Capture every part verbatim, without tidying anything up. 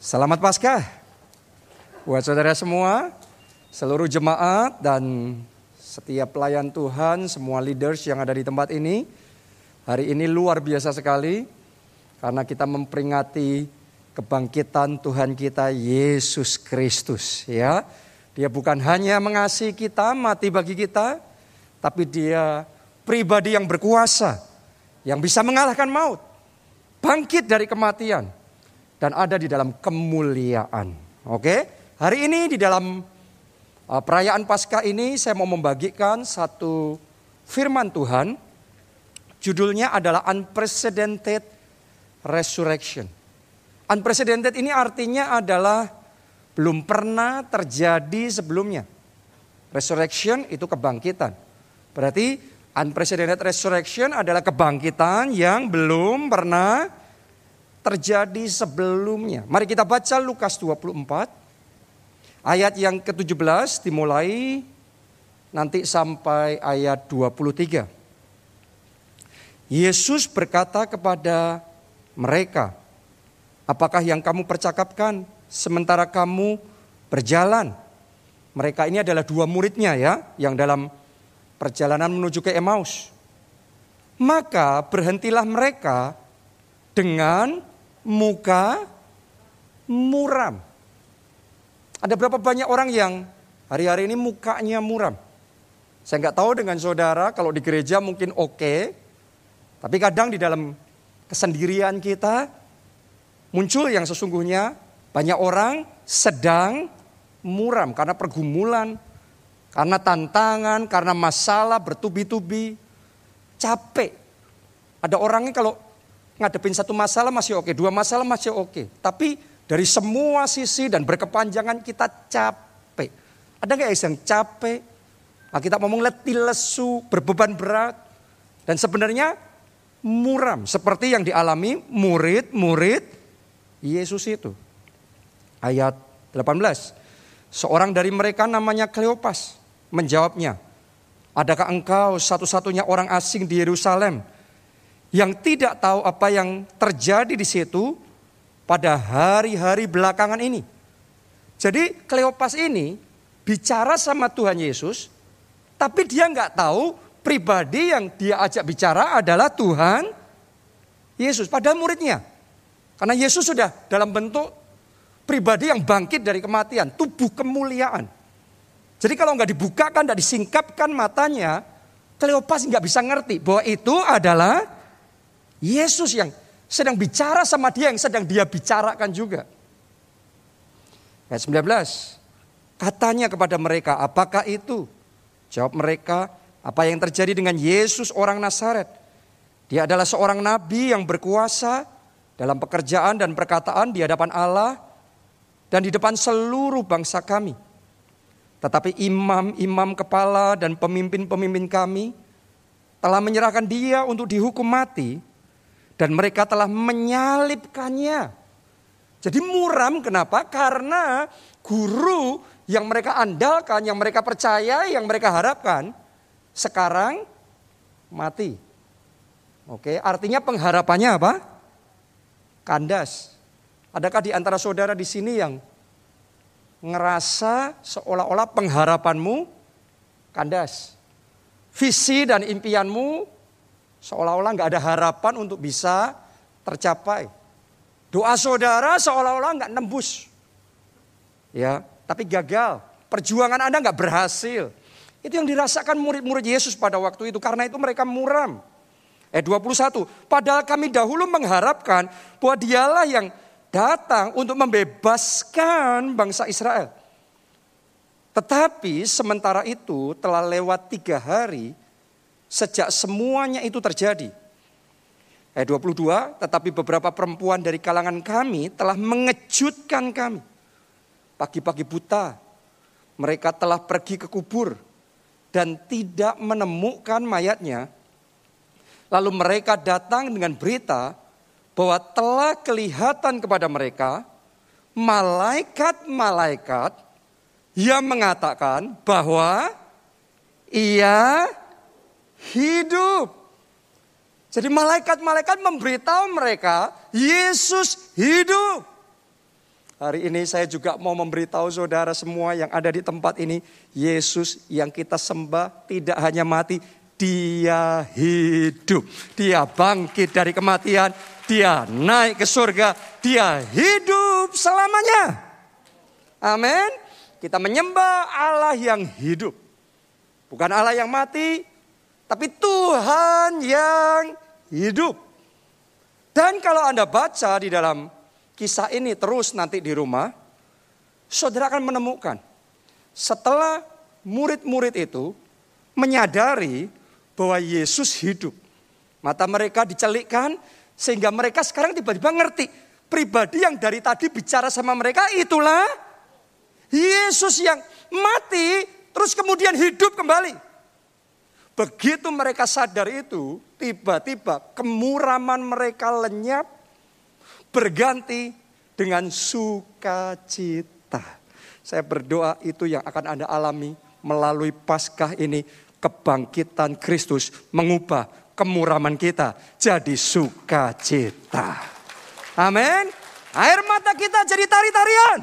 Selamat Paskah buat saudara semua, seluruh jemaat dan setiap pelayan Tuhan, semua leaders yang ada di tempat ini. Hari ini luar biasa sekali karena kita memperingati kebangkitan Tuhan kita Yesus Kristus, ya. Dia bukan hanya mengasihi kita, mati bagi kita, tapi dia pribadi yang berkuasa, yang bisa mengalahkan maut, bangkit dari kematian, dan ada di dalam kemuliaan. Oke, hari ini di dalam uh, perayaan Paskah ini saya mau membagikan satu firman Tuhan. Judulnya adalah Unprecedented Resurrection. Unprecedented ini artinya adalah belum pernah terjadi sebelumnya. Resurrection itu kebangkitan. Berarti unprecedented resurrection adalah kebangkitan yang belum pernah terjadi sebelumnya. Mari kita baca Lukas dua puluh empat. Ayat yang ke tujuh belas dimulai nanti sampai ayat dua puluh tiga. Yesus berkata kepada mereka, "Apakah yang kamu percakapkan sementara kamu berjalan?" Mereka ini adalah dua muridnya, ya, yang dalam perjalanan menuju ke Emmaus. Maka berhentilah mereka dengan muka muram. Ada berapa banyak orang yang hari-hari ini mukanya muram? Saya nggak tahu dengan saudara, kalau di gereja mungkin oke, tapi kadang di dalam kesendirian kita muncul yang sesungguhnya banyak orang sedang muram karena pergumulan, karena tantangan, karena masalah bertubi-tubi, capek. Ada orangnya kalau ngadepin satu masalah masih oke, dua masalah masih oke. Tapi dari semua sisi dan berkepanjangan kita capek. Ada nggak yang capek? Nah, kita ngomong letih, lesu, berbeban berat. Dan sebenarnya muram. Seperti yang dialami murid-murid Yesus itu. Ayat delapan belas. Seorang dari mereka namanya Kleopas menjawabnya, "Adakah engkau satu-satunya orang asing di Yerusalem yang tidak tahu apa yang terjadi di situ pada hari-hari belakangan ini?" Jadi Kleopas ini bicara sama Tuhan Yesus, tapi dia nggak tahu pribadi yang dia ajak bicara adalah Tuhan Yesus, padahal muridnya. Karena Yesus sudah dalam bentuk pribadi yang bangkit dari kematian, tubuh kemuliaan. Jadi kalau nggak dibukakan, nggak disingkapkan matanya, Kleopas nggak bisa ngerti bahwa itu adalah Yesus yang sedang bicara sama dia, yang sedang dia bicarakan juga. Ayat sembilan belas. Katanya kepada mereka, "Apakah itu?" Jawab mereka, "Apa yang terjadi dengan Yesus orang Nazaret? Dia adalah seorang nabi yang berkuasa dalam pekerjaan dan perkataan di hadapan Allah dan di depan seluruh bangsa kami. Tetapi imam-imam kepala dan pemimpin-pemimpin kami telah menyerahkan dia untuk dihukum mati, dan mereka telah menyalibkannya." Jadi muram kenapa? Karena guru yang mereka andalkan, yang mereka percaya, yang mereka harapkan, sekarang mati. Oke, artinya pengharapannya apa? Kandas. Adakah di antara saudara di sini yang ngerasa seolah-olah pengharapanmu kandas? Visi dan impianmu seolah-olah nggak ada harapan untuk bisa tercapai. Doa saudara seolah-olah nggak nembus, ya, tapi gagal. Perjuangan Anda nggak berhasil. Itu yang dirasakan murid-murid Yesus pada waktu itu. Karena itu mereka muram. Eh dua puluh satu. Padahal kami dahulu mengharapkan bahwa dialah yang datang untuk membebaskan bangsa Israel. Tetapi sementara itu telah lewat tiga hari sejak semuanya itu terjadi. Ayat dua puluh dua, tetapi beberapa perempuan dari kalangan kami telah mengejutkan kami. Pagi-pagi buta, mereka telah pergi ke kubur dan tidak menemukan mayatnya. Lalu mereka datang dengan berita bahwa telah kelihatan kepada mereka malaikat-malaikat yang mengatakan bahwa ia hidup. Jadi malaikat-malaikat memberitahu mereka Yesus hidup. Hari ini saya juga mau memberitahu saudara semua yang ada di tempat ini, Yesus yang kita sembah tidak hanya mati, Dia hidup. Dia bangkit dari kematian, Dia naik ke surga, Dia hidup selamanya. Amin. Kita menyembah Allah yang hidup. Bukan Allah yang mati, tapi Tuhan yang hidup. Dan kalau Anda baca di dalam kisah ini terus nanti di rumah, saudara akan menemukan setelah murid-murid itu menyadari bahwa Yesus hidup, mata mereka dicelikkan sehingga mereka sekarang tiba-tiba ngerti pribadi yang dari tadi bicara sama mereka itulah Yesus yang mati terus kemudian hidup kembali. Begitu mereka sadar itu, tiba-tiba kemuraman mereka lenyap, berganti dengan sukacita. Saya berdoa itu yang akan Anda alami melalui Paskah ini. Kebangkitan Kristus mengubah kemuraman kita jadi sukacita. Amin. Air mata kita jadi tari-tarian.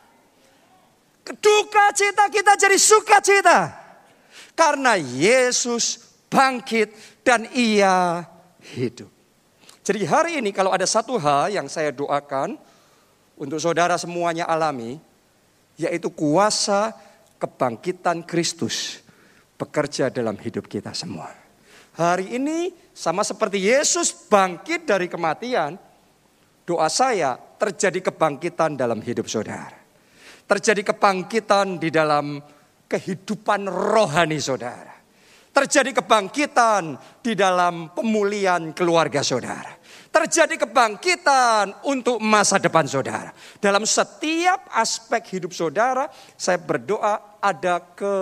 Duka cita kita jadi sukacita. Karena Yesus bangkit dan Ia hidup. Jadi hari ini kalau ada satu hal yang saya doakan untuk saudara semuanya alami, yaitu kuasa kebangkitan Kristus bekerja dalam hidup kita semua. Hari ini sama seperti Yesus bangkit dari kematian, doa saya terjadi kebangkitan dalam hidup saudara. Terjadi kebangkitan di dalam kehidupan rohani saudara. Terjadi kebangkitan di dalam pemulihan keluarga saudara. Terjadi kebangkitan untuk masa depan saudara. Dalam setiap aspek hidup saudara, saya berdoa ada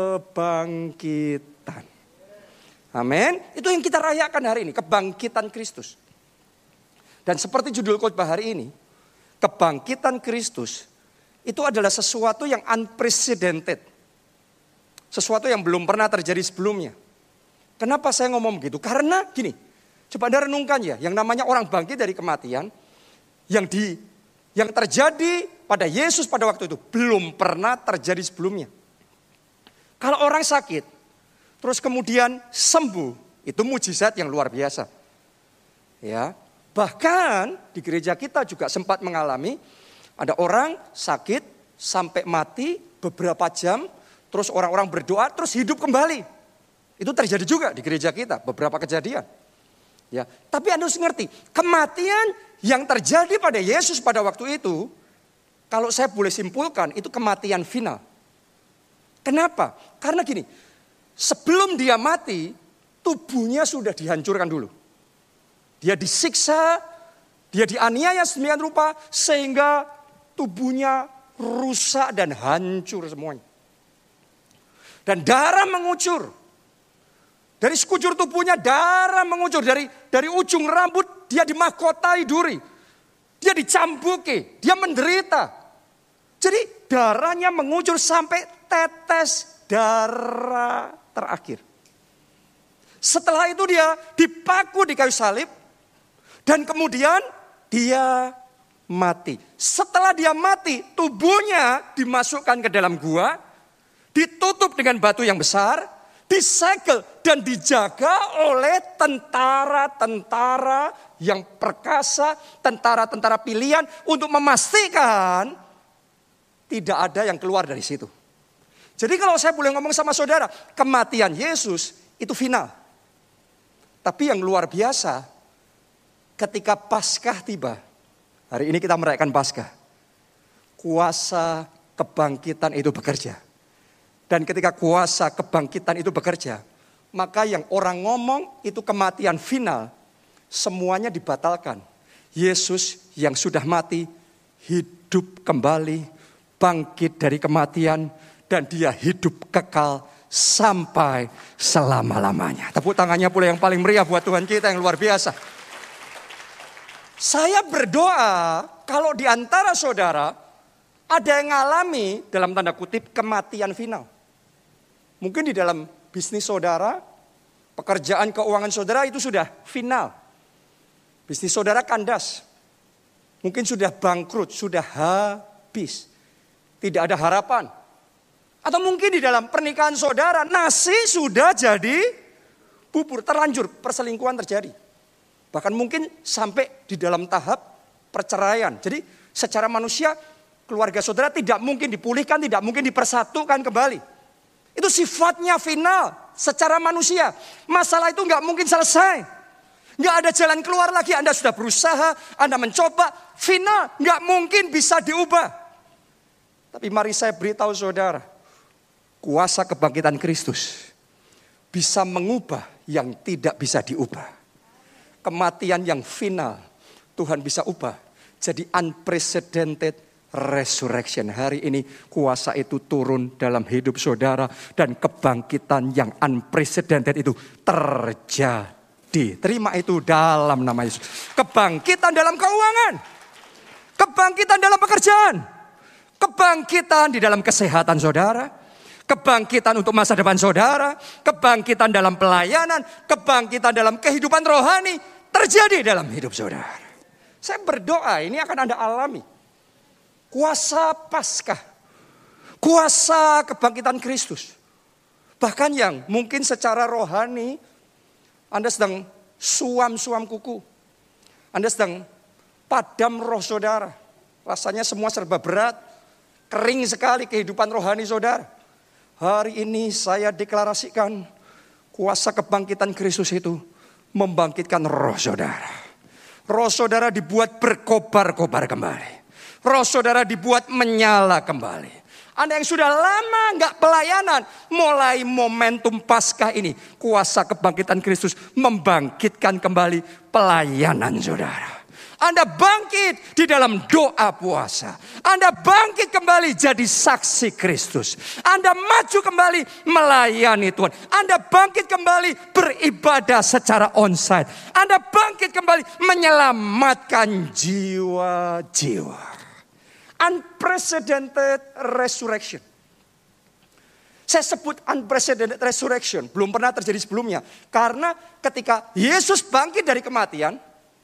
kebangkitan. Amin. Itu yang kita rayakan hari ini, kebangkitan Kristus. Dan seperti judul khotbah hari ini, kebangkitan Kristus itu adalah sesuatu yang unprecedented. Sesuatu yang belum pernah terjadi sebelumnya. Kenapa saya ngomong begitu? Karena gini, coba Anda renungkan ya, yang namanya orang bangkit dari kematian, yang di yang terjadi pada Yesus pada waktu itu belum pernah terjadi sebelumnya. Kalau orang sakit, terus kemudian sembuh, itu mujizat yang luar biasa. Ya, bahkan di gereja kita juga sempat mengalami ada orang sakit sampai mati beberapa jam, terus orang-orang berdoa, terus hidup kembali. Itu terjadi juga di gereja kita, beberapa kejadian. Ya, tapi Anda harus ngerti, kematian yang terjadi pada Yesus pada waktu itu, kalau saya boleh simpulkan, itu kematian final. Kenapa? Karena gini, sebelum dia mati, tubuhnya sudah dihancurkan dulu. Dia disiksa, dia dianiaya sedemikian rupa, sehingga tubuhnya rusak dan hancur semuanya. Dan darah mengucur. Dari sekujur tubuhnya darah mengucur. Dari dari ujung rambut dia dimahkotai duri. Dia dicambuki. Dia menderita. Jadi darahnya mengucur sampai tetes darah terakhir. Setelah itu dia dipaku di kayu salib. Dan kemudian dia mati. Setelah dia mati, tubuhnya dimasukkan ke dalam gua. Ditutup dengan batu yang besar. Disegel dan dijaga oleh tentara-tentara yang perkasa, tentara-tentara pilihan untuk memastikan tidak ada yang keluar dari situ. Jadi kalau saya boleh ngomong sama saudara, kematian Yesus itu final. Tapi yang luar biasa, ketika Paskah tiba, hari ini kita merayakan Paskah, kuasa kebangkitan itu bekerja. Dan ketika kuasa kebangkitan itu bekerja, maka yang orang ngomong itu kematian final, semuanya dibatalkan. Yesus yang sudah mati, hidup kembali, bangkit dari kematian, dan dia hidup kekal sampai selama-lamanya. Tepuk tangannya pula yang paling meriah buat Tuhan kita yang luar biasa. Saya berdoa kalau di antara saudara ada yang ngalami dalam tanda kutip kematian final. Mungkin di dalam bisnis saudara, pekerjaan keuangan saudara itu sudah final. Bisnis saudara kandas. Mungkin sudah bangkrut, sudah habis. Tidak ada harapan. Atau mungkin di dalam pernikahan saudara, nasi sudah jadi bubur, terlanjur, perselingkuhan terjadi. Bahkan mungkin sampai di dalam tahap perceraian. Jadi secara manusia, keluarga saudara tidak mungkin dipulihkan, tidak mungkin dipersatukan kembali. Itu sifatnya final secara manusia. Masalah itu nggak mungkin selesai. Nggak ada jalan keluar lagi. Anda sudah berusaha, Anda mencoba, final nggak mungkin bisa diubah. Tapi mari saya beritahu saudara, kuasa kebangkitan Kristus bisa mengubah yang tidak bisa diubah. Kematian yang final Tuhan bisa ubah jadi unprecedented resurrection. Hari ini kuasa itu turun dalam hidup saudara dan kebangkitan yang unprecedented itu terjadi. Terima itu dalam nama Yesus. Kebangkitan dalam keuangan, kebangkitan dalam pekerjaan, kebangkitan di dalam kesehatan saudara, kebangkitan untuk masa depan saudara, kebangkitan dalam pelayanan, kebangkitan dalam kehidupan rohani terjadi dalam hidup saudara. Saya berdoa ini akan Anda alami. Kuasa Paskah, kuasa kebangkitan Kristus. Bahkan yang mungkin secara rohani Anda sedang suam-suam kuku. Anda sedang padam roh saudara. Rasanya semua serba berat, kering sekali kehidupan rohani saudara. Hari ini saya deklarasikan kuasa kebangkitan Kristus itu membangkitkan roh saudara. Roh saudara dibuat berkobar-kobar kembali. Roh saudara dibuat menyala kembali. Anda yang sudah lama nggak pelayanan, mulai momentum Paskah ini, kuasa kebangkitan Kristus membangkitkan kembali pelayanan saudara. Anda bangkit di dalam doa puasa. Anda bangkit kembali jadi saksi Kristus. Anda maju kembali melayani Tuhan. Anda bangkit kembali beribadah secara onsite. Anda bangkit kembali menyelamatkan jiwa-jiwa. Unprecedented resurrection. Saya sebut unprecedented resurrection. Belum pernah terjadi sebelumnya. Karena ketika Yesus bangkit dari kematian,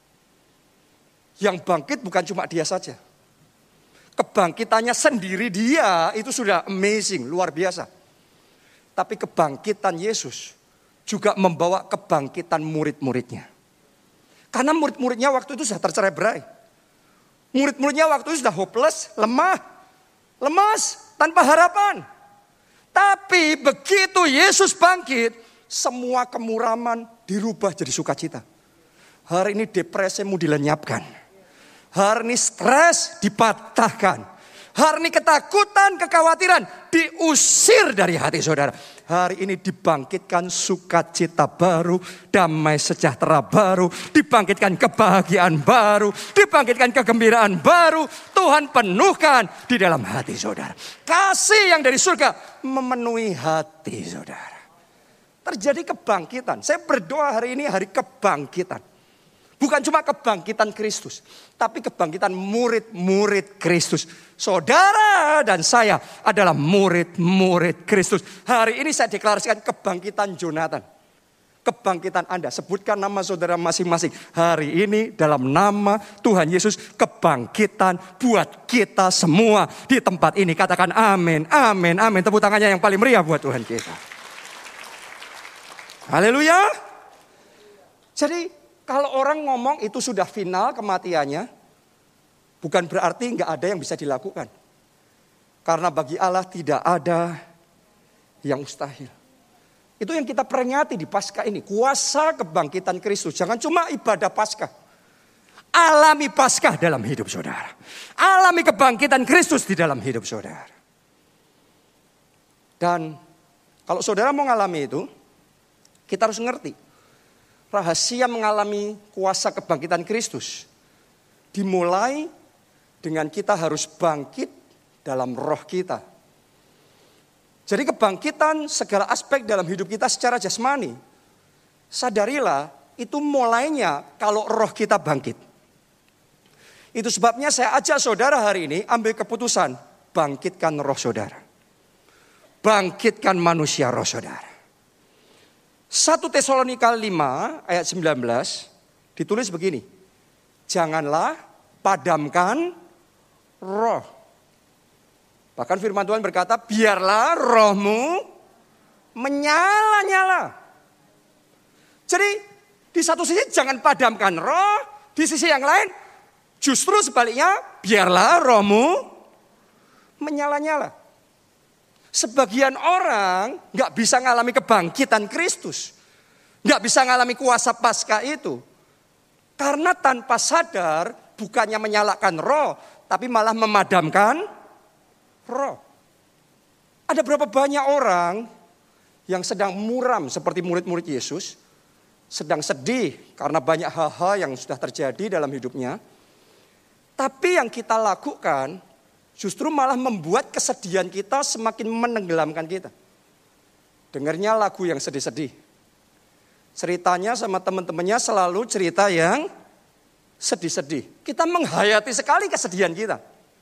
yang bangkit bukan cuma dia saja. Kebangkitannya sendiri dia itu sudah amazing, luar biasa. Tapi kebangkitan Yesus juga membawa kebangkitan murid-muridnya. Karena murid-muridnya waktu itu sudah tercerai-berai. Murid-muridnya waktu itu sudah hopeless, lemah, lemas, tanpa harapan. Tapi begitu Yesus bangkit, semua kemuraman dirubah jadi sukacita. Hari ini depresimu dilenyapkan. Hari ini stres dipatahkan. Hari ini ketakutan, kekhawatiran diusir dari hati saudara. Hari ini dibangkitkan sukacita baru, damai sejahtera baru, dibangkitkan kebahagiaan baru, dibangkitkan kegembiraan baru. Tuhan penuhkan di dalam hati saudara. Kasih yang dari surga memenuhi hati saudara. Terjadi kebangkitan. Saya berdoa hari ini hari kebangkitan. Bukan cuma kebangkitan Kristus, tapi kebangkitan murid-murid Kristus. Saudara dan saya adalah murid-murid Kristus. Hari ini saya deklarasikan kebangkitan Jonathan. Kebangkitan Anda, sebutkan nama saudara masing-masing. Hari ini dalam nama Tuhan Yesus, kebangkitan buat kita semua di tempat ini. Katakan amin, amin, amin. Tepuk tangannya yang paling meriah buat Tuhan kita. Haleluya. Jadi kalau orang ngomong itu sudah final kematiannya, bukan berarti nggak ada yang bisa dilakukan. Karena bagi Allah tidak ada yang mustahil. Itu yang kita peringati di Paskah ini. Kuasa kebangkitan Kristus. Jangan cuma ibadah Paskah. Alami Paskah dalam hidup saudara. Alami kebangkitan Kristus di dalam hidup saudara. Dan kalau saudara mau ngalami itu, kita harus ngerti. Rahasia mengalami kuasa kebangkitan Kristus dimulai dengan kita harus bangkit dalam roh kita. Jadi kebangkitan segala aspek dalam hidup kita secara jasmani, sadarilah itu mulainya kalau roh kita bangkit. Itu sebabnya saya ajak saudara hari ini ambil keputusan, bangkitkan roh saudara. Bangkitkan manusia roh saudara. satu Tesalonika lima ayat sembilan belas ditulis begini. Janganlah padamkan roh. Bahkan firman Tuhan berkata, biarlah rohmu menyala-nyala. Jadi di satu sisi jangan padamkan roh, di sisi yang lain justru sebaliknya, biarlah rohmu menyala-nyala. Sebagian orang gak bisa mengalami kebangkitan Kristus, gak bisa mengalami kuasa Paskah itu, karena tanpa sadar bukannya menyalakan roh, tapi malah memadamkan roh. Ada berapa banyak orang yang sedang muram seperti murid-murid Yesus, sedang sedih karena banyak hal-hal yang sudah terjadi dalam hidupnya. Tapi yang kita lakukan justru malah membuat kesedihan kita semakin menenggelamkan kita. Dengarnya lagu yang sedih-sedih. Ceritanya sama teman-temannya selalu cerita yang sedih-sedih. Kita menghayati sekali kesedihan kita.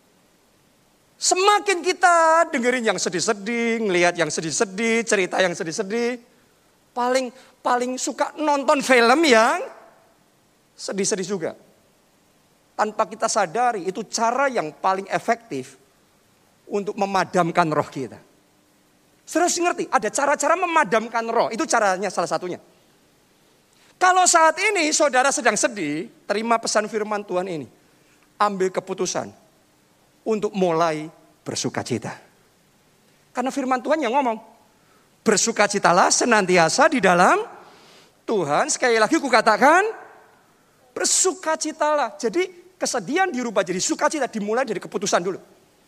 Semakin kita dengerin yang sedih-sedih, ngelihat yang sedih-sedih, cerita yang sedih-sedih, paling paling suka nonton film yang sedih-sedih juga. Tanpa kita sadari, itu cara yang paling efektif untuk memadamkan roh kita. Saudara ngerti, ada cara-cara memadamkan roh, itu caranya salah satunya. Kalau saat ini saudara sedang sedih, terima pesan firman Tuhan ini. Ambil keputusan untuk mulai bersukacita. Karena firman Tuhan yang ngomong, bersukacitalah senantiasa di dalam Tuhan. Sekali lagi kukatakan, bersukacitalah. Jadi kesedihan dirubah jadi sukacita, dimulai dari keputusan dulu.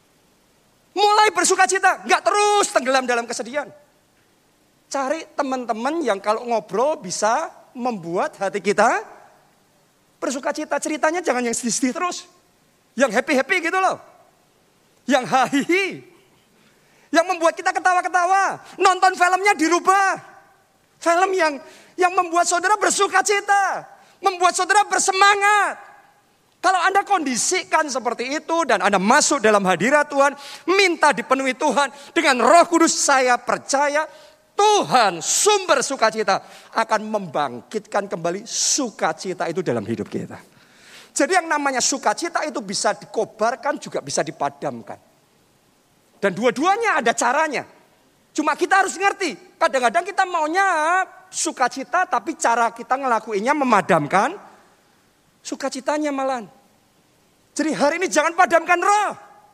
Mulai bersukacita, gak terus tenggelam dalam kesedihan. Cari teman-teman yang kalau ngobrol bisa membuat hati kita bersukacita. Ceritanya jangan yang sedih-sedih terus. Yang happy-happy gitu loh. Yang hahihi. Yang membuat kita ketawa-ketawa. Nonton filmnya dirubah. Film yang yang membuat saudara bersukacita. Membuat saudara bersemangat. Kalau Anda kondisikan seperti itu dan Anda masuk dalam hadirat Tuhan, minta dipenuhi Tuhan dengan Roh Kudus, saya percaya Tuhan sumber sukacita akan membangkitkan kembali sukacita itu dalam hidup kita. Jadi yang namanya sukacita itu bisa dikobarkan juga bisa dipadamkan. Dan dua-duanya ada caranya. Cuma kita harus ngerti, kadang-kadang kita maunya sukacita tapi cara kita ngelakuinnya memadamkan sukacitanya malahan. Jadi hari ini jangan padamkan roh.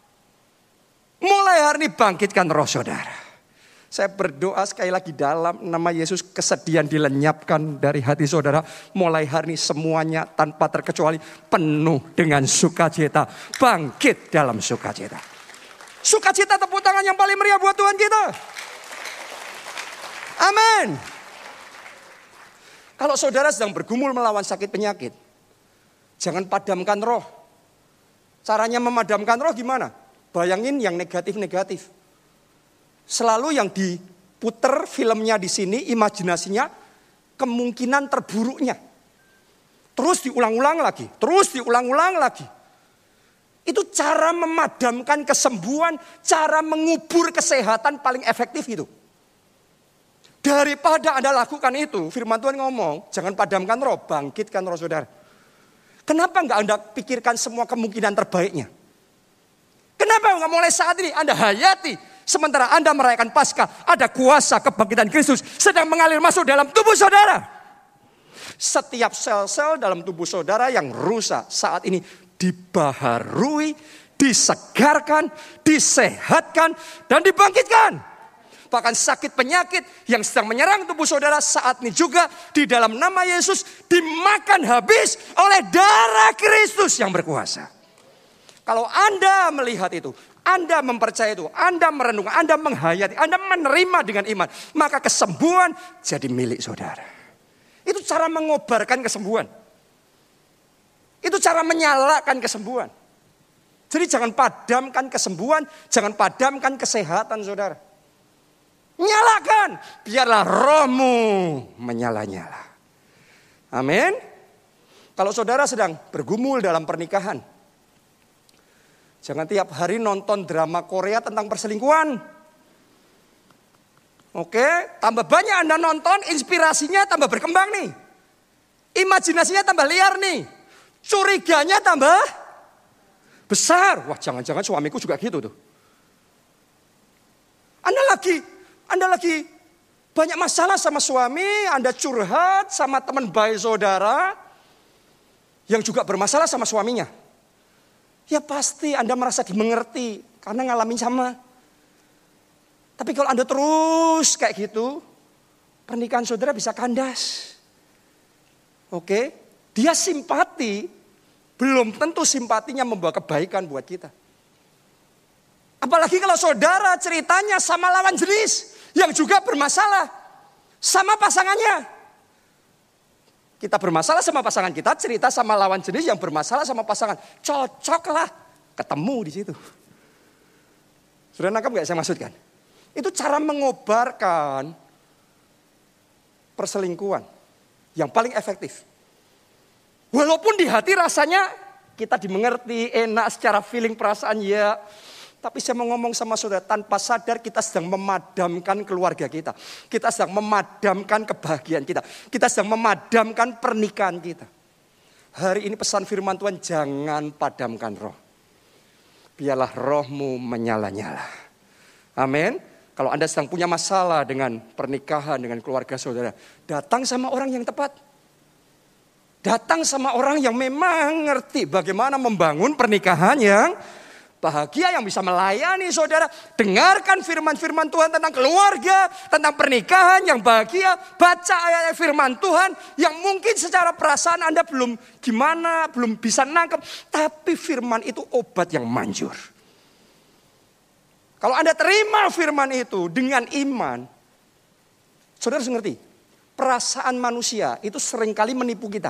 Mulai hari ini bangkitkan roh saudara. Saya berdoa sekali lagi dalam nama Yesus, kesedihan dilenyapkan dari hati saudara. Mulai hari ini semuanya tanpa terkecuali penuh dengan sukacita. Bangkit dalam sukacita. Sukacita tepuk tangan yang paling meriah buat Tuhan kita. Amin. Kalau saudara sedang bergumul melawan sakit penyakit, jangan padamkan roh. Caranya memadamkan roh gimana? Bayangin yang negatif-negatif. Selalu yang diputer filmnya di sini, imajinasinya, kemungkinan terburuknya. Terus diulang-ulang lagi, terus diulang-ulang lagi. Itu cara memadamkan kesembuhan, cara mengubur kesehatan paling efektif itu. Daripada Anda lakukan itu, firman Tuhan ngomong, jangan padamkan roh, bangkitkan roh saudara. Kenapa enggak Anda pikirkan semua kemungkinan terbaiknya? Kenapa enggak mulai saat ini Anda hayati? Sementara Anda merayakan Paskah, ada kuasa kebangkitan Kristus sedang mengalir masuk dalam tubuh saudara. Setiap sel-sel dalam tubuh saudara yang rusak saat ini dibaharui, disegarkan, disehatkan, dan dibangkitkan. Bahkan sakit penyakit yang sedang menyerang tubuh saudara saat ini juga di dalam nama Yesus dimakan habis oleh darah Kristus yang berkuasa. Kalau Anda melihat itu, Anda mempercayai itu, Anda merenung, Anda menghayati, Anda menerima dengan iman, maka kesembuhan jadi milik saudara. Itu cara mengobarkan kesembuhan. Itu cara menyalakan kesembuhan. Jadi jangan padamkan kesembuhan, jangan padamkan kesehatan saudara. Nyalakan, biarlah rohmu menyala-nyala. Amin. Kalau saudara sedang bergumul dalam pernikahan, jangan tiap hari nonton drama Korea tentang perselingkuhan. Oke, tambah banyak Anda nonton, inspirasinya tambah berkembang nih. Imajinasinya tambah liar nih. Curiganya tambah besar. Wah, jangan-jangan suamiku juga gitu tuh. lagi, Anda lagi banyak masalah sama suami, Anda curhat sama teman baik saudara yang juga bermasalah sama suaminya. Ya pasti Anda merasa dimengerti karena ngalamin sama. Tapi kalau Anda terus kayak gitu, pernikahan saudara bisa kandas. Oke, dia simpati, belum tentu simpatinya membawa kebaikan buat kita. Apalagi kalau saudara ceritanya sama lawan jenis yang juga bermasalah sama pasangannya. Kita bermasalah sama pasangan kita, cerita sama lawan jenis yang bermasalah sama pasangan. Cocoklah, ketemu di situ. Sudah nangkap gak saya maksudkan? Itu cara mengobarkan perselingkuhan yang paling efektif. Walaupun di hati rasanya kita dimengerti, enak secara feeling perasaan ya. Tapi saya mau ngomong sama saudara, tanpa sadar kita sedang memadamkan keluarga kita. Kita sedang memadamkan kebahagiaan kita. Kita sedang memadamkan pernikahan kita. Hari ini pesan firman Tuhan, jangan padamkan roh. Biarlah rohmu menyala-nyala. Amin. Kalau Anda sedang punya masalah dengan pernikahan, dengan keluarga saudara, datang sama orang yang tepat. Datang sama orang yang memang ngerti bagaimana membangun pernikahan yang bahagia, yang bisa melayani saudara. Dengarkan firman-firman Tuhan tentang keluarga, tentang pernikahan yang bahagia. Baca ayat firman Tuhan yang mungkin secara perasaan Anda belum gimana, belum bisa nangkep. Tapi firman itu obat yang manjur. Kalau Anda terima firman itu dengan iman, saudara harus ngerti, perasaan manusia itu seringkali menipu kita.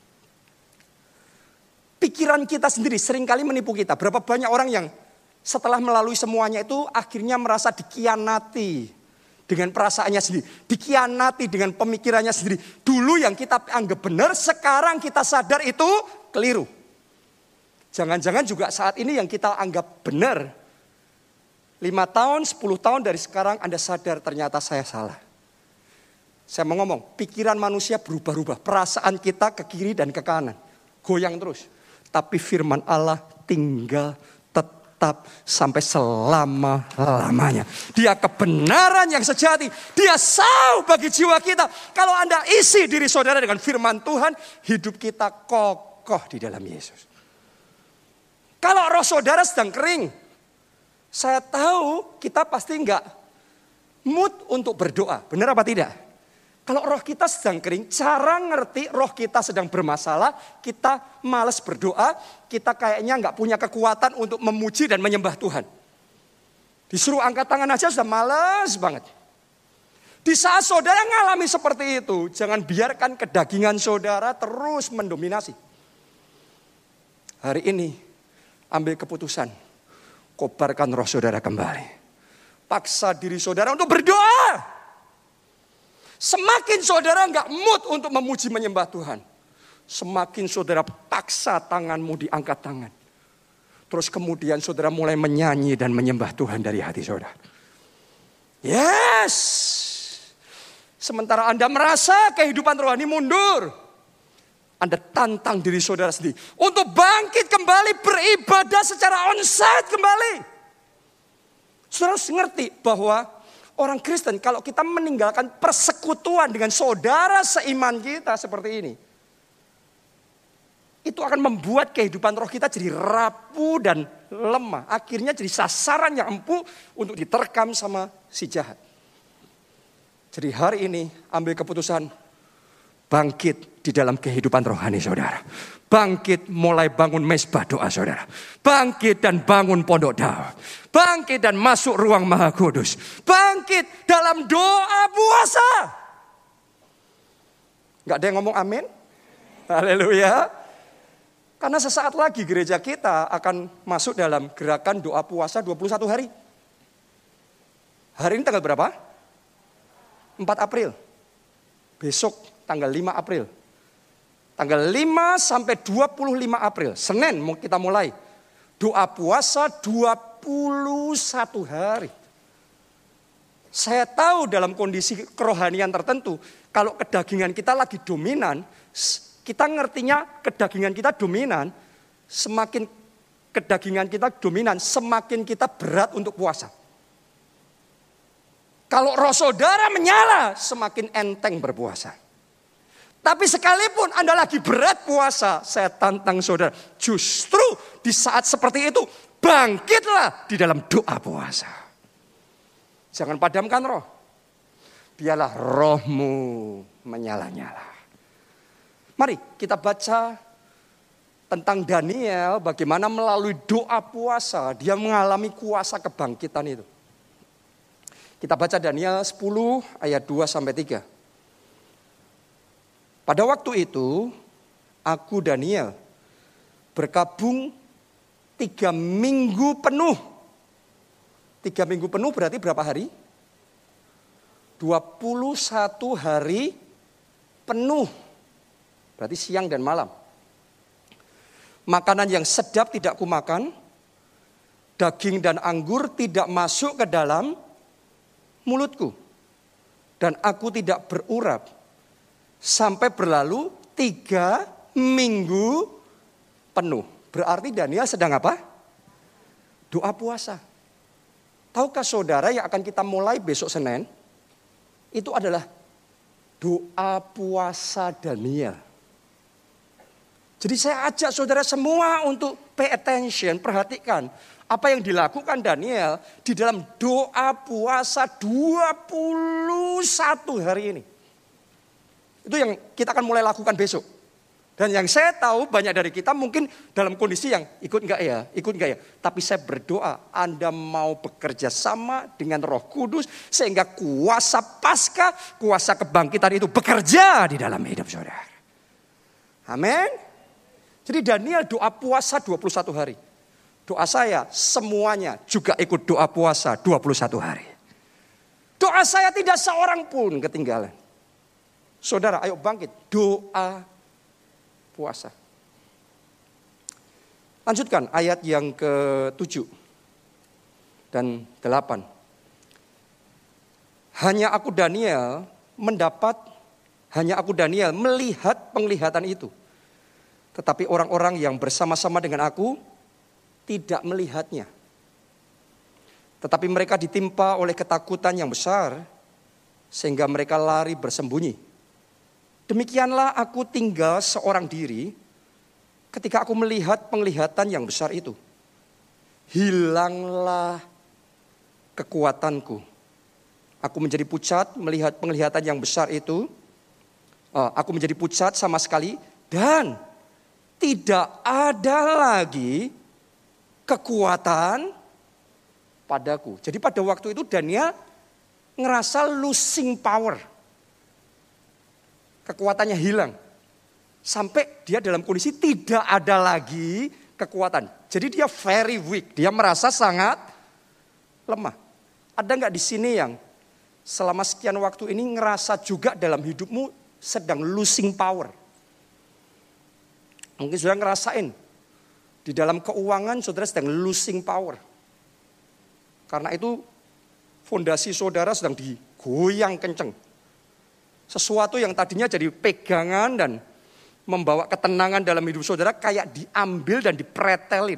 Pikiran kita sendiri seringkali menipu kita. Berapa banyak orang yang setelah melalui semuanya itu akhirnya merasa dikhianati dengan perasaannya sendiri. Dikhianati dengan pemikirannya sendiri. Dulu yang kita anggap benar, sekarang kita sadar itu keliru. Jangan-jangan juga saat ini yang kita anggap benar, lima tahun, sepuluh tahun dari sekarang Anda sadar ternyata saya salah. Saya mau ngomong, pikiran manusia berubah-ubah. Perasaan kita ke kiri dan ke kanan. Goyang terus. Tapi firman Allah tinggal tetap sampai selama-lamanya. Dia kebenaran yang sejati. Dia sauh bagi jiwa kita. Kalau Anda isi diri saudara dengan firman Tuhan, hidup kita kokoh di dalam Yesus. Kalau roh saudara sedang kering, saya tahu kita pasti enggak mood untuk berdoa. Benar apa tidak? Kalau roh kita sedang kering, cara ngerti roh kita sedang bermasalah, kita malas berdoa, kita kayaknya enggak punya kekuatan untuk memuji dan menyembah Tuhan. Disuruh angkat tangan aja sudah malas banget. Di saat saudara ngalami seperti itu, jangan biarkan kedagingan saudara terus mendominasi. Hari ini, ambil keputusan. Kobarkan roh saudara kembali. Paksa diri saudara untuk berdoa. Semakin saudara enggak mood untuk memuji menyembah Tuhan, semakin saudara paksa tanganmu diangkat tangan. Terus kemudian saudara mulai menyanyi dan menyembah Tuhan dari hati saudara. Yes. Sementara Anda merasa kehidupan rohani mundur, Anda tantang diri saudara sendiri untuk bangkit kembali beribadah secara onsite kembali. Saudara harus ngerti bahwa orang Kristen kalau kita meninggalkan persekutuan dengan saudara seiman kita seperti ini, itu akan membuat kehidupan roh kita jadi rapuh dan lemah. Akhirnya jadi sasaran yang empuk untuk diterkam sama si jahat. Jadi hari ini ambil keputusan bangkit di dalam kehidupan rohani saudara. Bangkit mulai bangun mesbah doa saudara. Bangkit dan bangun pondok dakwah. Bangkit dan masuk ruang Maha Kudus. Bangkit dalam doa puasa. Gak ada yang ngomong amin? Haleluya. Karena sesaat lagi gereja kita akan masuk dalam gerakan doa puasa dua puluh satu hari. Hari ini tanggal berapa? empat April. Besok tanggal lima April. Tanggal lima sampai dua puluh lima April. Senin kita mulai. Doa puasa dua puluh satu hari. Saya tahu dalam kondisi kerohanian tertentu, kalau kedagingan kita lagi dominan, kita ngertinya kedagingan kita dominan, semakin kedagingan kita dominan, semakin kita berat untuk puasa. Kalau roh saudara menyala, semakin enteng berpuasa. Tapi sekalipun Anda lagi berat puasa, saya tantang saudara, justru di saat seperti itu, bangkitlah di dalam doa puasa. Jangan padamkan roh. Biarlah rohmu menyala-nyala. Mari kita baca tentang Daniel, bagaimana melalui doa puasa, dia mengalami kuasa kebangkitan itu. Kita baca Daniel sepuluh ayat dua sampai tiga. Pada waktu itu, aku Daniel berkabung tiga minggu penuh. Tiga minggu penuh berarti berapa hari? dua puluh satu hari penuh. Berarti siang dan malam. Makanan yang sedap tidak kumakan. Daging dan anggur tidak masuk ke dalam mulutku. Dan aku tidak berurap. Sampai berlalu tiga minggu penuh. Berarti Daniel sedang apa? Doa puasa. Tahukah saudara yang akan kita mulai besok Senin? Itu adalah doa puasa Daniel. Jadi saya ajak saudara semua untuk pay attention, perhatikan. Apa yang dilakukan Daniel di dalam doa puasa dua puluh satu hari ini. Itu yang kita akan mulai lakukan besok. Dan yang saya tahu banyak dari kita mungkin dalam kondisi yang ikut enggak ya, ikut enggak ya. Tapi saya berdoa Anda mau bekerja sama dengan Roh Kudus sehingga kuasa Paskah, kuasa kebangkitan itu bekerja di dalam hidup saudara. Amin. Jadi Daniel doa puasa dua puluh satu hari. Doa saya semuanya juga ikut doa puasa dua puluh satu hari. Doa saya tidak seorang pun ketinggalan. Saudara, ayo bangkit. Doa puasa. Lanjutkan ayat yang ketujuh dan delapan. Hanya aku Daniel mendapat, hanya aku Daniel melihat penglihatan itu. Tetapi orang-orang yang bersama-sama dengan aku tidak melihatnya. Tetapi mereka ditimpa oleh ketakutan yang besar sehingga mereka lari bersembunyi. Demikianlah aku tinggal seorang diri ketika aku melihat penglihatan yang besar itu. Hilanglah kekuatanku. Aku menjadi pucat melihat penglihatan yang besar itu. Aku menjadi pucat sama sekali dan tidak ada lagi kekuatan padaku. Jadi pada waktu itu Daniel ngerasa losing power. Kekuatannya hilang. Sampai dia dalam kondisi tidak ada lagi kekuatan. Jadi dia very weak. Dia merasa sangat lemah. Ada nggak di sini yang selama sekian waktu ini ngerasa juga dalam hidupmu sedang losing power? Mungkin sudah ngerasain. Di dalam keuangan saudara sedang losing power. Karena itu fondasi saudara sedang digoyang kenceng. Sesuatu yang tadinya jadi pegangan dan membawa ketenangan dalam hidup saudara kayak diambil dan dipretelin.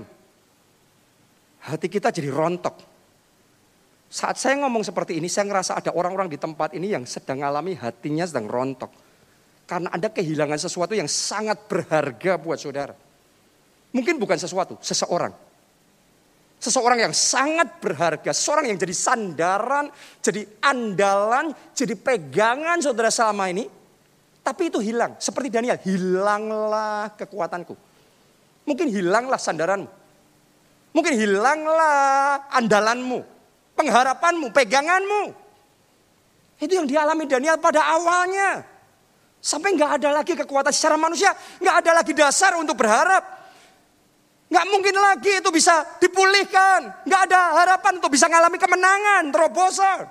Hati kita jadi rontok. Saat saya ngomong seperti ini, saya ngerasa ada orang-orang di tempat ini yang sedang alami hatinya sedang rontok. Karena ada kehilangan sesuatu yang sangat berharga buat saudara. Mungkin bukan sesuatu, seseorang. Seseorang yang sangat berharga, seseorang yang jadi sandaran, jadi andalan, jadi pegangan saudara selama ini. Tapi itu hilang, seperti Daniel, hilanglah kekuatanku. Mungkin hilanglah sandaranmu. Mungkin hilanglah andalanmu, pengharapanmu, peganganmu. Itu yang dialami Daniel pada awalnya. Sampai gak ada lagi kekuatan secara manusia, gak ada lagi dasar untuk berharap. Gak mungkin lagi itu bisa dipulihkan. Gak ada harapan untuk bisa mengalami kemenangan, terobosan.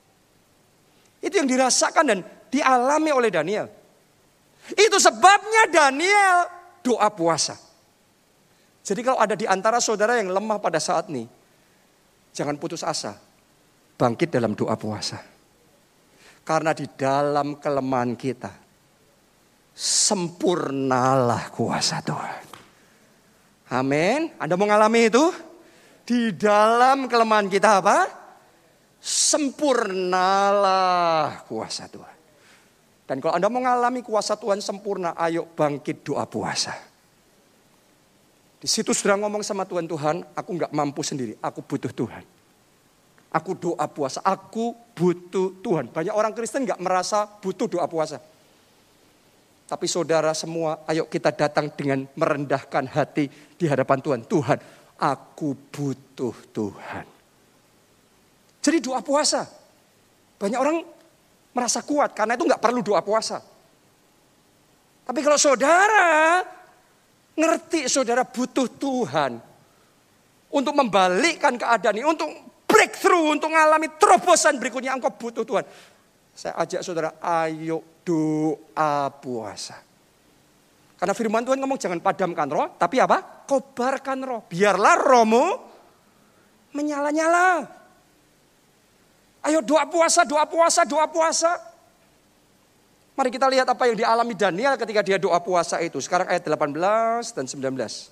Itu yang dirasakan dan dialami oleh Daniel. Itu sebabnya Daniel doa puasa. Jadi kalau ada di antara saudara yang lemah pada saat ini, jangan putus asa. Bangkit dalam doa puasa. Karena di dalam kelemahan kita, sempurnalah kuasa Tuhan. Amin. Anda mau ngalami itu? Di dalam kelemahan kita apa? sempurnalah kuasa Tuhan. Dan kalau Anda mau mengalami kuasa Tuhan sempurna, ayo bangkit doa puasa. Di situ sudah ngomong sama Tuhan, Tuhan, aku nggak mampu sendiri, aku butuh Tuhan. Aku doa puasa, aku butuh Tuhan. Banyak orang Kristen nggak merasa butuh doa puasa. Tapi saudara semua, ayo kita datang dengan merendahkan hati di hadapan Tuhan. Tuhan, aku butuh Tuhan. Jadi doa puasa. Banyak orang merasa kuat karena itu nggak perlu doa puasa. Tapi kalau saudara ngerti saudara butuh Tuhan untuk membalikkan keadaan ini, untuk breakthrough, untuk mengalami terobosan berikutnya, engkau butuh Tuhan. Saya ajak saudara, ayo doa puasa. Karena firman Tuhan ngomong jangan padamkan roh, tapi apa? Kobarkan roh. Biarlah rohmu menyala-nyala. Ayo doa puasa, doa puasa, doa puasa. Mari kita lihat apa yang dialami Daniel ketika dia doa puasa itu. Sekarang ayat delapan belas dan sembilan belas.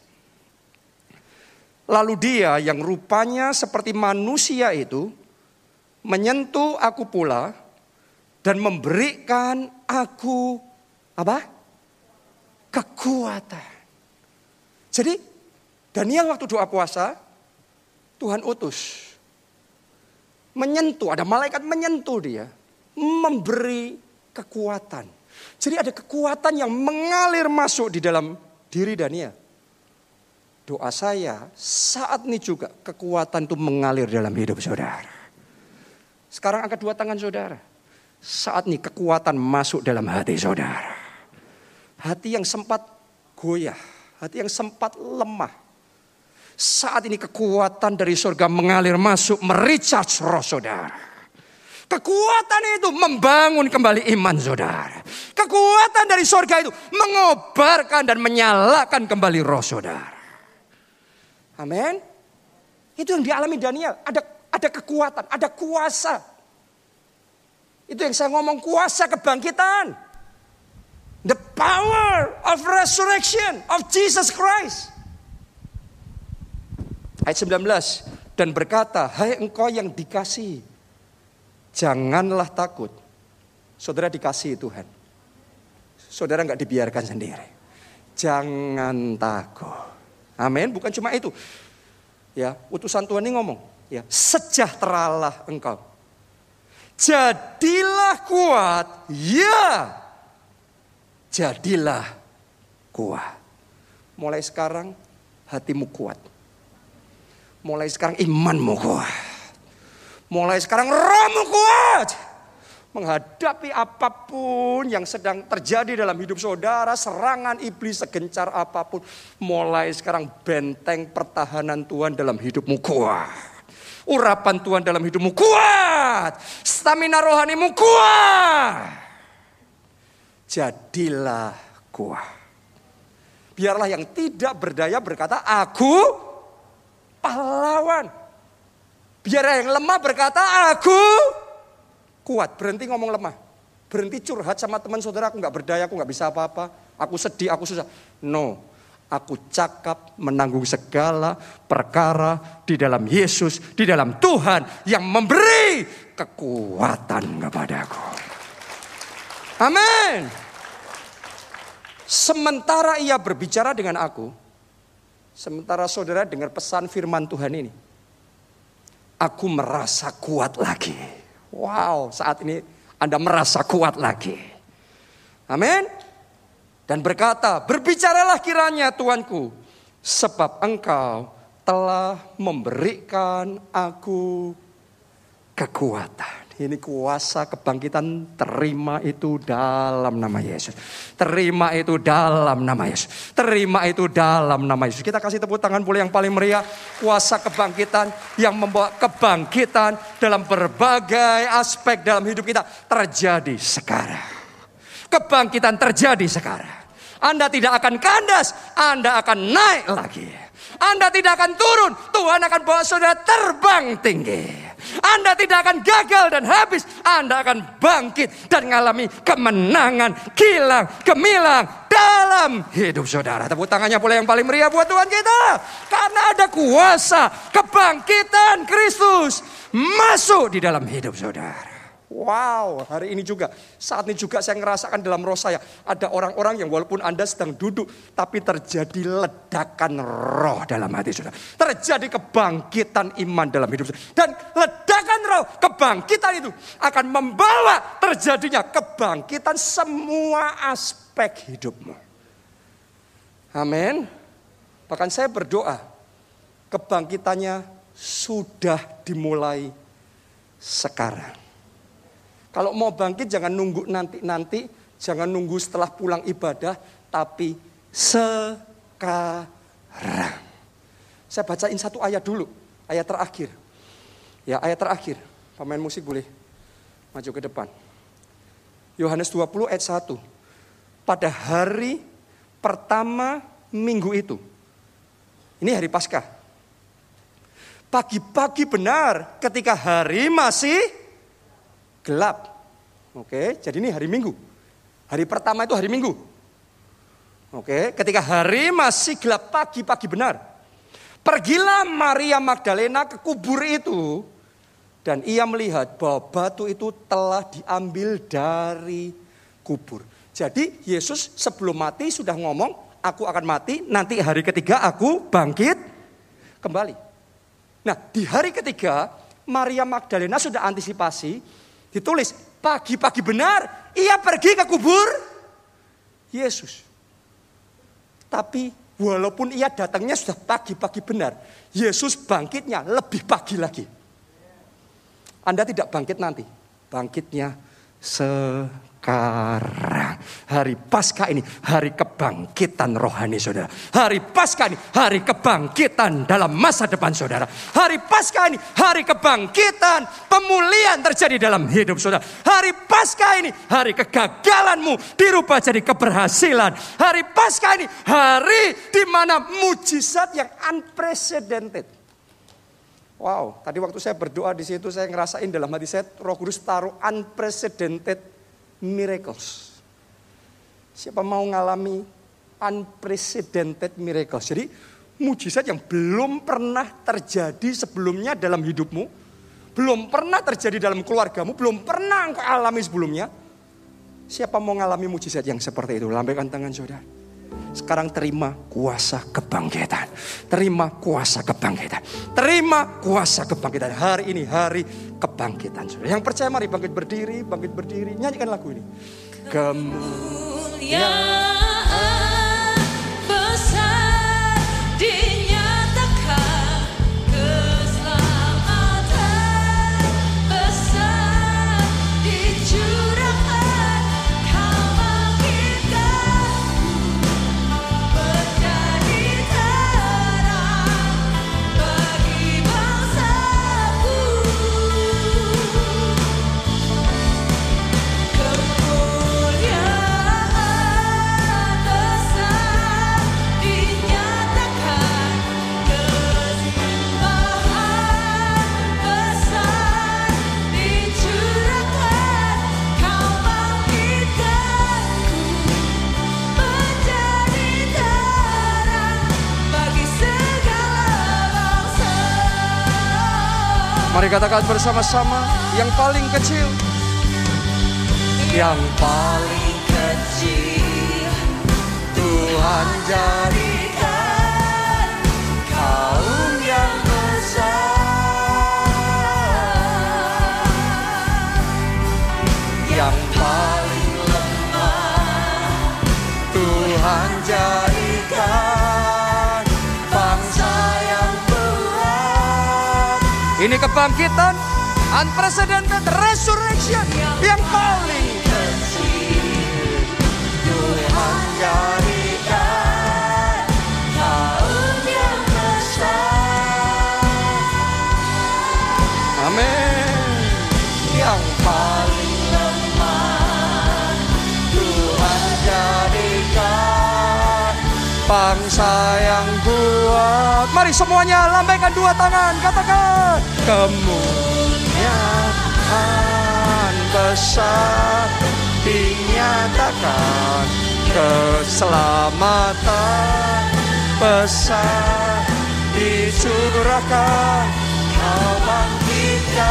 Lalu dia yang rupanya seperti manusia itu menyentuh aku pula dan memberikan aku apa? Kekuatan. Jadi Daniel waktu doa puasa Tuhan utus. Menyentuh, ada malaikat menyentuh dia. Memberi kekuatan. Jadi ada kekuatan yang mengalir masuk di dalam diri Daniel. Doa saya saat ini juga kekuatan itu mengalir dalam hidup saudara. Sekarang angkat dua tangan saudara. Saat ini kekuatan masuk dalam hati saudara. Hati yang sempat goyah, hati yang sempat lemah. Saat ini kekuatan dari surga mengalir masuk, merecharge roh saudara. Kekuatan itu membangun kembali iman saudara. Kekuatan dari surga itu mengobarkan dan menyalakan kembali roh saudara. Amin. Itu yang dialami Daniel. Ada ada kekuatan, ada kuasa. Itu yang saya ngomong, kuasa kebangkitan. The power of resurrection of Jesus Christ. Ayat sembilan belas. Dan berkata, hai engkau yang dikasihi, janganlah takut. Saudara dikasihi Tuhan. Saudara gak dibiarkan sendiri. Jangan takut. Amin. Bukan cuma itu. Ya, utusan Tuhan ini ngomong. Ya, sejahteralah engkau. Jadilah kuat. Ya. Jadilah kuat. Mulai sekarang hatimu kuat. Mulai sekarang imanmu kuat. Mulai sekarang rohmu kuat. Menghadapi apapun yang sedang terjadi dalam hidup saudara. Serangan iblis segencar apapun. Mulai sekarang benteng pertahanan Tuhan dalam hidupmu kuat. Urapan Tuhan dalam hidupmu kuat. Stamina rohanimu kuat. Jadilah kuat. Biarlah yang tidak berdaya berkata, aku pahlawan. Biar yang lemah berkata, aku kuat. Berhenti ngomong lemah. Berhenti curhat sama teman saudara, aku gak berdaya, aku gak bisa apa-apa. Aku sedih, aku susah. No, aku cakap menanggung segala perkara di dalam Yesus, di dalam Tuhan yang memberi kekuatan kepadaku. Amin. Sementara ia berbicara dengan aku, sementara saudara dengar pesan firman Tuhan ini, aku merasa kuat lagi. Wow, saat ini Anda merasa kuat lagi. Amin. Dan berkata, berbicaralah kiranya Tuanku, sebab engkau telah memberikan aku kekuatan. Ini kuasa kebangkitan, terima itu dalam nama Yesus. Terima itu dalam nama Yesus. Terima itu dalam nama Yesus. Kita kasih tepuk tangan boleh yang paling meriah. Kuasa kebangkitan yang membawa kebangkitan dalam berbagai aspek dalam hidup kita terjadi sekarang. Kebangkitan terjadi sekarang. Anda tidak akan kandas, Anda akan naik lagi. Anda tidak akan turun, Tuhan akan bawa saudara terbang tinggi. Anda tidak akan gagal dan habis. Anda akan bangkit dan mengalami kemenangan, kilang, gemilang dalam hidup saudara. Tepuk tangannya boleh yang paling meriah buat Tuhan kita. Karena ada kuasa kebangkitan Kristus masuk di dalam hidup saudara. Wow, hari ini juga, saat ini juga saya ngerasakan dalam roh saya. Ada orang-orang yang walaupun Anda sedang duduk, tapi terjadi ledakan roh dalam hati saudara. Terjadi kebangkitan iman dalam hidup saudara. Dan ledakan roh, kebangkitan itu akan membawa terjadinya kebangkitan semua aspek hidupmu. Amin. Bahkan saya berdoa, kebangkitannya sudah dimulai sekarang. Kalau mau bangkit jangan nunggu nanti-nanti, jangan nunggu setelah pulang ibadah, tapi sekarang. Saya bacain satu ayat dulu, ayat terakhir. Ya, ayat terakhir. Pemain musik boleh maju ke depan. Yohanes dua puluh ayat satu. Pada hari pertama minggu itu. Ini hari Paskah. Pagi-pagi benar ketika hari masih gelap. Oke, jadi ini hari Minggu. Hari pertama itu hari Minggu. Oke, ketika hari masih gelap, pagi-pagi benar. Pergilah Maria Magdalena ke kubur itu. Dan ia melihat bahwa batu itu telah diambil dari kubur. Jadi Yesus sebelum mati sudah ngomong, aku akan mati, nanti hari ketiga aku bangkit kembali. Nah, di hari ketiga Maria Magdalena sudah antisipasi. Ditulis, pagi-pagi benar, ia pergi ke kubur Yesus. Tapi walaupun ia datangnya sudah pagi-pagi benar, Yesus bangkitnya lebih pagi lagi. Anda tidak bangkit nanti, bangkitnya sekarang. Hari Paskah ini hari kebangkitan rohani saudara. Hari Paskah ini hari kebangkitan dalam masa depan saudara. Hari Paskah ini hari kebangkitan, pemulihan terjadi dalam hidup saudara. Hari Paskah ini hari kegagalanmu dirubah jadi keberhasilan. Hari Paskah ini hari di mana mujizat yang unprecedented. Wow, tadi waktu saya berdoa di situ saya ngerasain dalam hati saya Roh Kudus taruh unprecedented miracles. Siapa mau ngalami unprecedented miracles? Jadi mujizat yang belum pernah terjadi sebelumnya dalam hidupmu, belum pernah terjadi dalam keluargamu, belum pernah engkau alami sebelumnya. Siapa mau ngalami mujizat yang seperti itu? Lambaikan tangan saudara. Sekarang terima kuasa kebangkitan. Terima kuasa kebangkitan. Terima kuasa kebangkitan. Hari ini hari kebangkitan. Yang percaya mari bangkit berdiri, bangkit berdiri. Nyanyikan lagu ini. Kemuliaan besar dinyatakan, keselamatan besar dicurahkan, kau bangkitkanku menjadi terang bagi bangsaku. Kemuliaan besar dinyatakan, kesimbahan besar dicurahkan, kau bangkitkanku menjadi terang bagi segala bangsa. Mari katakan bersama-sama, yang paling kecil, yang paling kecil Tuhan jadikan kaum yang besar. Yang paling lemah Tuhan jadikan bangsa yang kuat. Ini kebangkitan, unprecedented resurrection yang paling kecil Tuhan jadikan kaum yang besar. Amin. Yang paling lemah Tuhan jadikan bangsa yang kuat. Mari semuanya lambaikan dua tangan, katakan kemuliaan besar dinyatakan, keselamatan besar dicurahkan, kau bangkitkan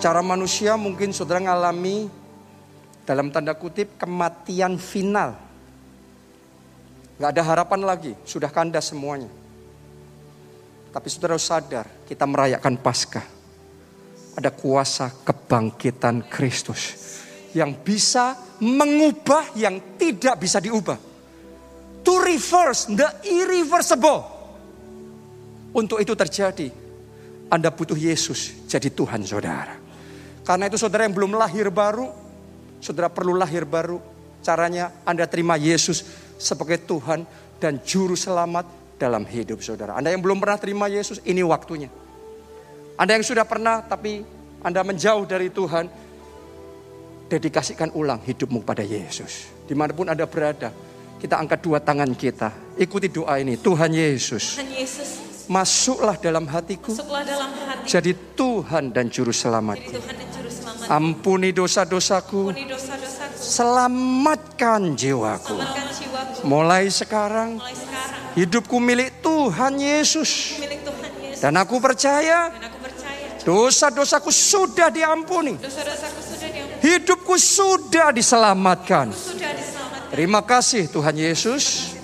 Secara manusia mungkin saudara mengalami dalam tanda kutip kematian final. Gak ada harapan lagi, sudah kandas semuanya. Tapi saudara sadar, kita merayakan Paskah. Ada kuasa kebangkitan Kristus yang bisa mengubah yang tidak bisa diubah. To reverse the irreversible. Untuk itu terjadi, Anda butuh Yesus jadi Tuhan saudara. Karena itu saudara yang belum lahir baru, saudara perlu lahir baru. Caranya Anda terima Yesus sebagai Tuhan dan Juru Selamat dalam hidup saudara. Anda yang belum pernah terima Yesus, ini waktunya. Anda yang sudah pernah tapi Anda menjauh dari Tuhan, dedikasikan ulang hidupmu pada Yesus. Dimanapun Anda berada, kita angkat dua tangan kita. Ikuti doa ini. Tuhan Yesus, Tuhan Yesus, masuklah dalam hatiku, masuklah dalam hati. jadi Tuhan dan Juru Jadi Selamatku. Tuhan dan Juru Selamat. Ampuni dosa-dosaku, Ampuni dosa-dosaku. selamatkan jiwaku. Selamatkan jiwaku. Mulai sekarang, Mulai sekarang, hidupku milik Tuhan Yesus. milik Tuhan Yesus. Dan aku percaya Dan aku percaya dosa-dosaku sudah diampuni. dosa-dosaku sudah diampuni. Hidupku sudah diselamatkan. Sudah diselamatkan. Terima kasih Tuhan Yesus.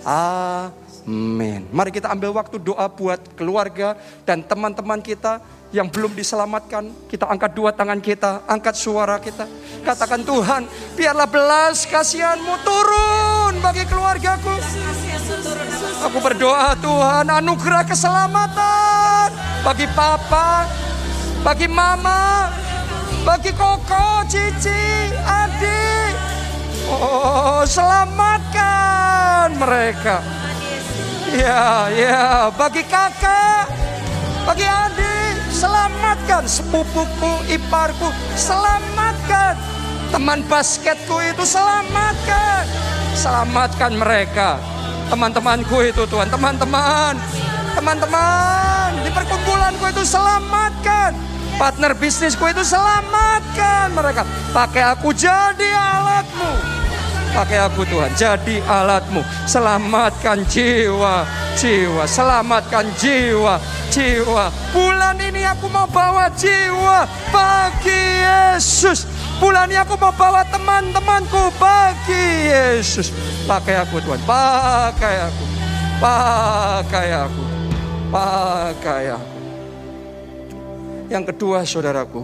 Amin. Mari kita ambil waktu doa buat keluarga dan teman-teman kita yang belum diselamatkan. Kita angkat dua tangan kita, angkat suara kita. Katakan, Tuhan, biarlah belas kasihan-Mu turun bagi keluargaku. Aku berdoa, Tuhan, anugerah keselamatan bagi papa, bagi mama, bagi koko, cici, adik. Oh, selamatkan mereka. Ya, ya, bagi kakak, bagi adik, selamatkan sepupuku, iparku, selamatkan teman basketku itu, selamatkan, selamatkan mereka, teman-temanku itu Tuhan, teman-teman, teman-teman di perkumpulanku itu, selamatkan partner bisnisku itu, selamatkan mereka. Pakai aku jadi alatmu. Pakai aku Tuhan, jadi alatmu. Selamatkan jiwa, jiwa. Selamatkan jiwa, jiwa. Bulan ini aku mau bawa jiwa bagi Yesus. Bulan ini aku mau bawa teman-temanku bagi Yesus. Pakai aku Tuhan, pakai aku. Pakai aku. Pakai aku. Yang kedua saudaraku,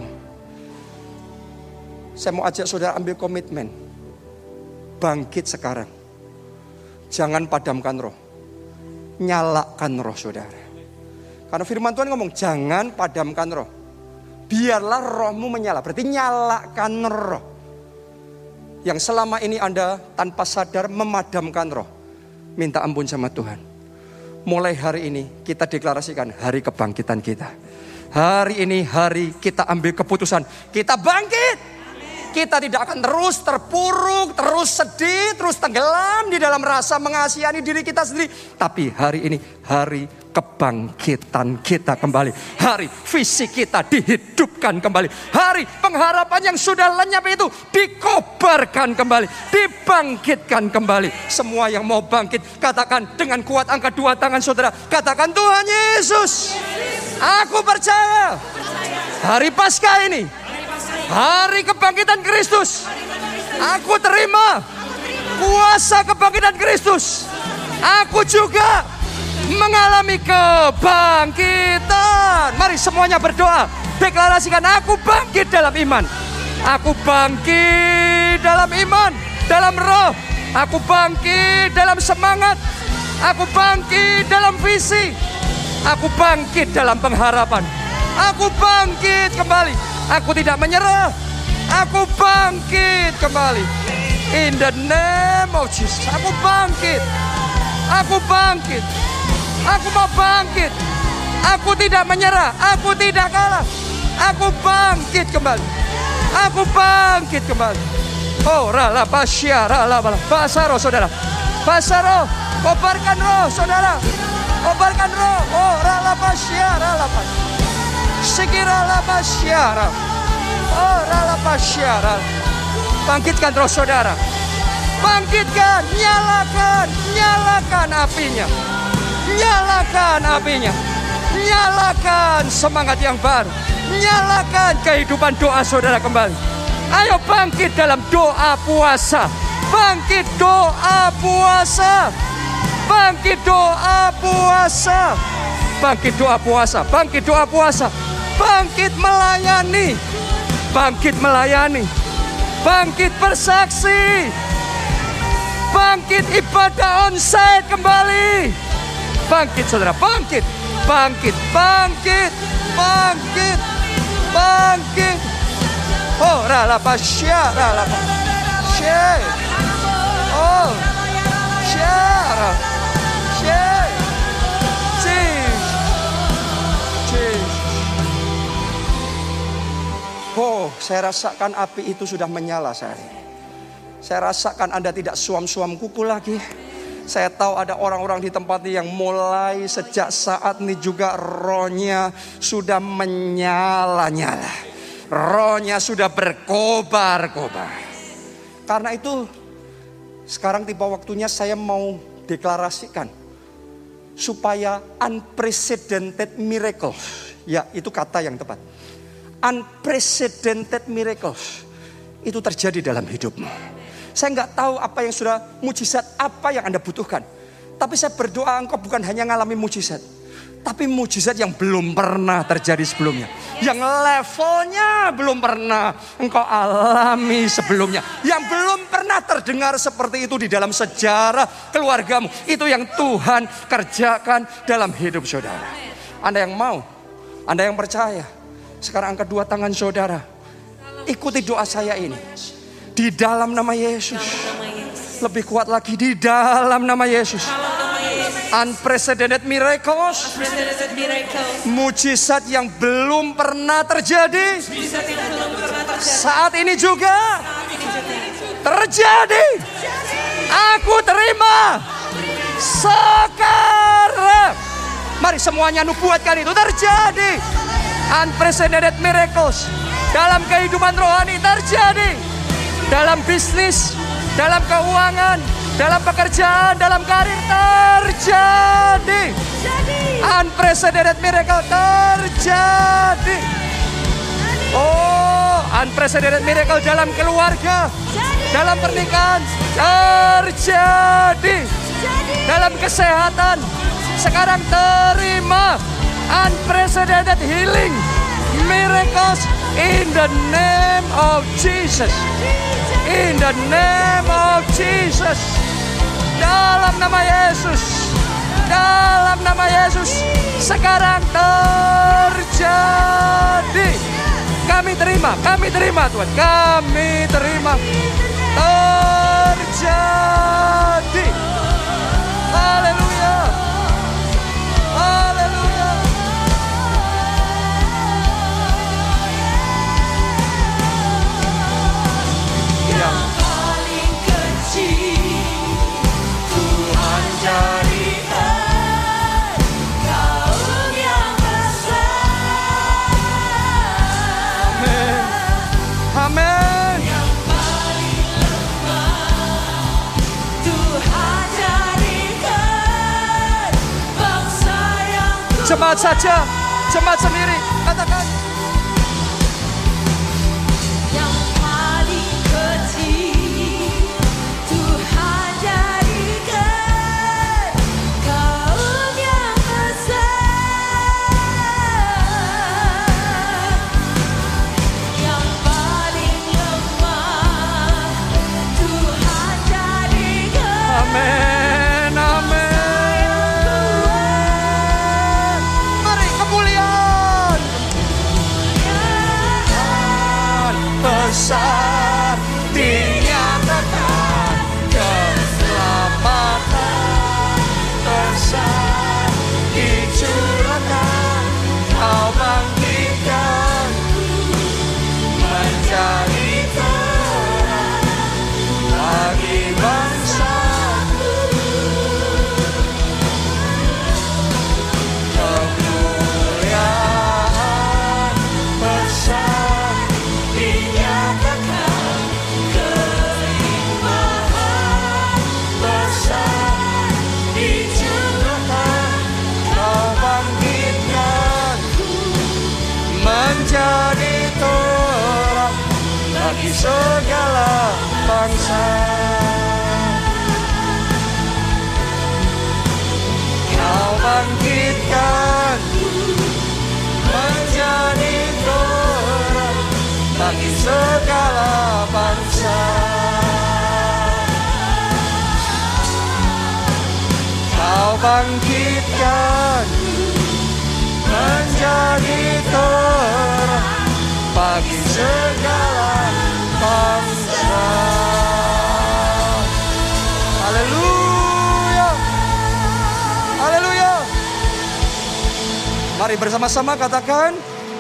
saya mau ajak saudara ambil komitmen. Bangkit sekarang. Jangan padamkan roh. Nyalakan roh saudara. Karena firman Tuhan ngomong jangan padamkan roh. Biarlah rohmu menyala. Berarti nyalakan roh. Yang selama ini Anda tanpa sadar memadamkan roh. Minta ampun sama Tuhan. Mulai hari ini kita deklarasikan hari kebangkitan kita. Hari ini hari kita ambil keputusan. Kita bangkit. Kita tidak akan terus terpuruk, terus sedih, terus tenggelam di dalam rasa mengasihani diri kita sendiri. Tapi hari ini hari kebangkitan kita kembali. Hari visi kita dihidupkan kembali. Hari pengharapan yang sudah lenyap itu dikobarkan kembali. Dibangkitkan kembali. Semua yang mau bangkit, katakan dengan kuat, angkat dua tangan saudara. Katakan, Tuhan Yesus, aku percaya hari Paskah ini, hari kebangkitan Kristus. Aku terima kuasa kebangkitan Kristus. Aku juga mengalami kebangkitan. Mari semuanya berdoa. Deklarasikan, aku bangkit dalam iman. Aku bangkit dalam iman, dalam roh. Aku bangkit dalam semangat. Aku bangkit dalam visi. Aku bangkit dalam pengharapan. Aku bangkit kembali. Aku tidak menyerah. Aku bangkit kembali. In the name of Jesus. Aku bangkit. Aku bangkit. Aku mau bangkit. Aku tidak menyerah. Aku tidak kalah. Aku bangkit kembali. Aku bangkit kembali. Oh, rala pasya, rala bala. Bahasa roh saudara. Bahasa roh. Kobarkan roh saudara. Kobarkan roh. Oh, rala pasya, rala pasya. Sekiranya pasyara, oh rala pasyara, bangkitkan roh saudara, bangkitkan, nyalakan, nyalakan apinya, nyalakan apinya, nyalakan semangat yang baru, Nyalakan kehidupan doa saudara kembali. Ayo bangkit dalam doa puasa. Bangkit doa puasa. Bangkit doa puasa. Bangkit doa puasa. Bangkit doa puasa. Bangkit melayani. Bangkit melayani. Bangkit bersaksi. Bangkit ibadah onsite kembali. Bangkit saudara, bangkit. Bangkit, bangkit, bangkit, bangkit. Oh, rala pasya, rala pasya. Oh, syara, syara. Cis, cis. Oh, saya rasakan api itu sudah menyala saat ini. Saya rasakan Anda tidak suam-suam kuku lagi. Saya tahu ada orang-orang di tempat ini yang mulai sejak saat ini juga rohnya sudah menyala-nyala. Rohnya sudah berkobar-kobar. Karena itu sekarang tiba waktunya saya mau deklarasikan. Supaya unprecedented miracle. Ya, itu kata yang tepat. Unprecedented miracles itu terjadi dalam hidupmu. Saya nggak tahu apa yang sudah mujizat apa yang Anda butuhkan. Tapi saya berdoa engkau bukan hanya ngalami mujizat, tapi mujizat yang belum pernah terjadi sebelumnya. Yang levelnya belum pernah engkau alami sebelumnya. Yang belum pernah terdengar seperti itu di dalam sejarah keluargamu. Itu yang Tuhan kerjakan dalam hidup saudara. Anda yang mau, Anda yang percaya. Sekarang angkat dua tangan saudara. Ikuti doa saya ini. Di dalam nama Yesus. Lebih kuat lagi di dalam nama Yesus. Unprecedented miracles. Mujizat yang belum pernah terjadi. Saat ini juga terjadi. Aku terima sekarang. Mari semuanya nubuatkan itu terjadi. Unprecedented miracles dalam kehidupan rohani terjadi. Dalam bisnis, dalam keuangan, dalam pekerjaan, dalam karir terjadi. Unprecedented miracle terjadi. Oh, unprecedented miracle dalam keluarga, dalam pernikahan terjadi. Dalam kesehatan, sekarang terima unprecedented healing miracles in the name of Jesus. In the name of Jesus. Dalam nama Yesus. Dalam nama Yesus. Sekarang terjadi. Kami terima, kami terima Tuhan. Kami terima. Terjadi. Haleluya. Haleluya. Yang paling kecil Tuhan jadikan kaum yang besar. Amin. Amin. Yang paling lemah Tuhan jadikan bangsa yang kuat. Jemaat saja, jemaat sendiri katakan. Amin, amin. Mari kemuliaan bagi segala bangsa. Kau bangkitkan menjadi terang bagi segala bangsa. Kau bangkitkan menjadi terang bagi segala bangsa. Haleluya. Haleluya. Mari bersama-sama katakan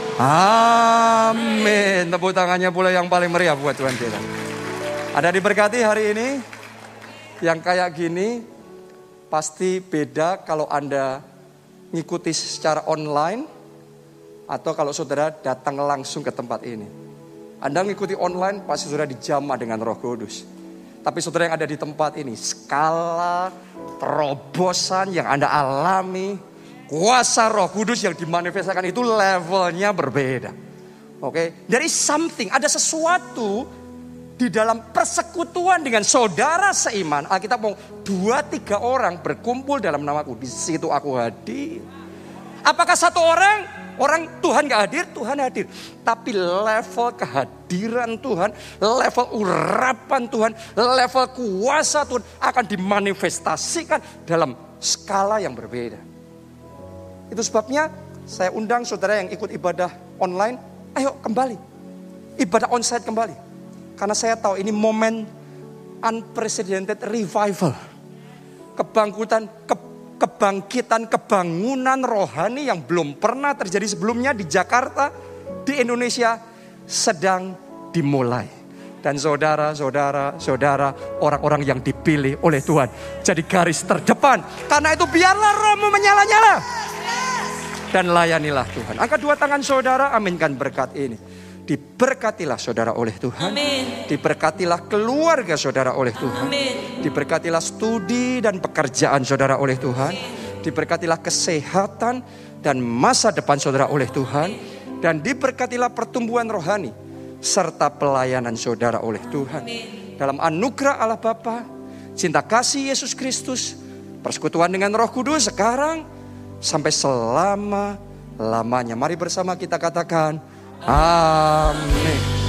amin. Tepuk tangannya pula yang paling meriah buat Tuhan kita. Ada diberkati hari ini. Yang kayak gini pasti beda kalau Anda ngikuti secara online atau kalau saudara datang langsung ke tempat ini. Anda ngikuti online pasti saudara dijamah dengan Roh Kudus. Tapi saudara yang ada di tempat ini, skala terobosan yang Anda alami, kuasa Roh Kudus yang dimanifestasikan itu levelnya berbeda. Oke, dari something, ada sesuatu di dalam persekutuan dengan saudara seiman. Alkitab mau dua tiga orang berkumpul dalam namaku, di situ aku hadir. Apakah satu orang, orang Tuhan gak hadir? Tuhan hadir. Tapi level kehadiran Tuhan, level urapan Tuhan, level kuasa Tuhan akan dimanifestasikan dalam skala yang berbeda. Itu sebabnya saya undang saudara yang ikut ibadah online, ayo kembali. Ibadah onsite kembali. Karena saya tahu ini momen unprecedented revival. Kebangkitan, ke, kebangkitan, kebangunan rohani yang belum pernah terjadi sebelumnya di Jakarta, di Indonesia sedang dimulai. Dan saudara, saudara, saudara, orang-orang yang dipilih oleh Tuhan jadi garis terdepan. Karena itu biarlah rohmu menyala-nyala. Dan layanilah Tuhan. Angkat dua tangan saudara, aminkan berkat ini. Diberkatilah saudara oleh Tuhan. Amin. Diberkatilah keluarga saudara oleh Tuhan. Amin. Diberkatilah studi dan pekerjaan saudara oleh Tuhan. Diberkatilah kesehatan dan masa depan saudara oleh Tuhan. Dan diberkatilah pertumbuhan rohani serta pelayanan saudara oleh Tuhan. Amin. Dalam anugerah Allah Bapa, cinta kasih Yesus Kristus, persekutuan dengan Roh Kudus sekarang sampai selama-lamanya. Mari bersama kita katakan amin.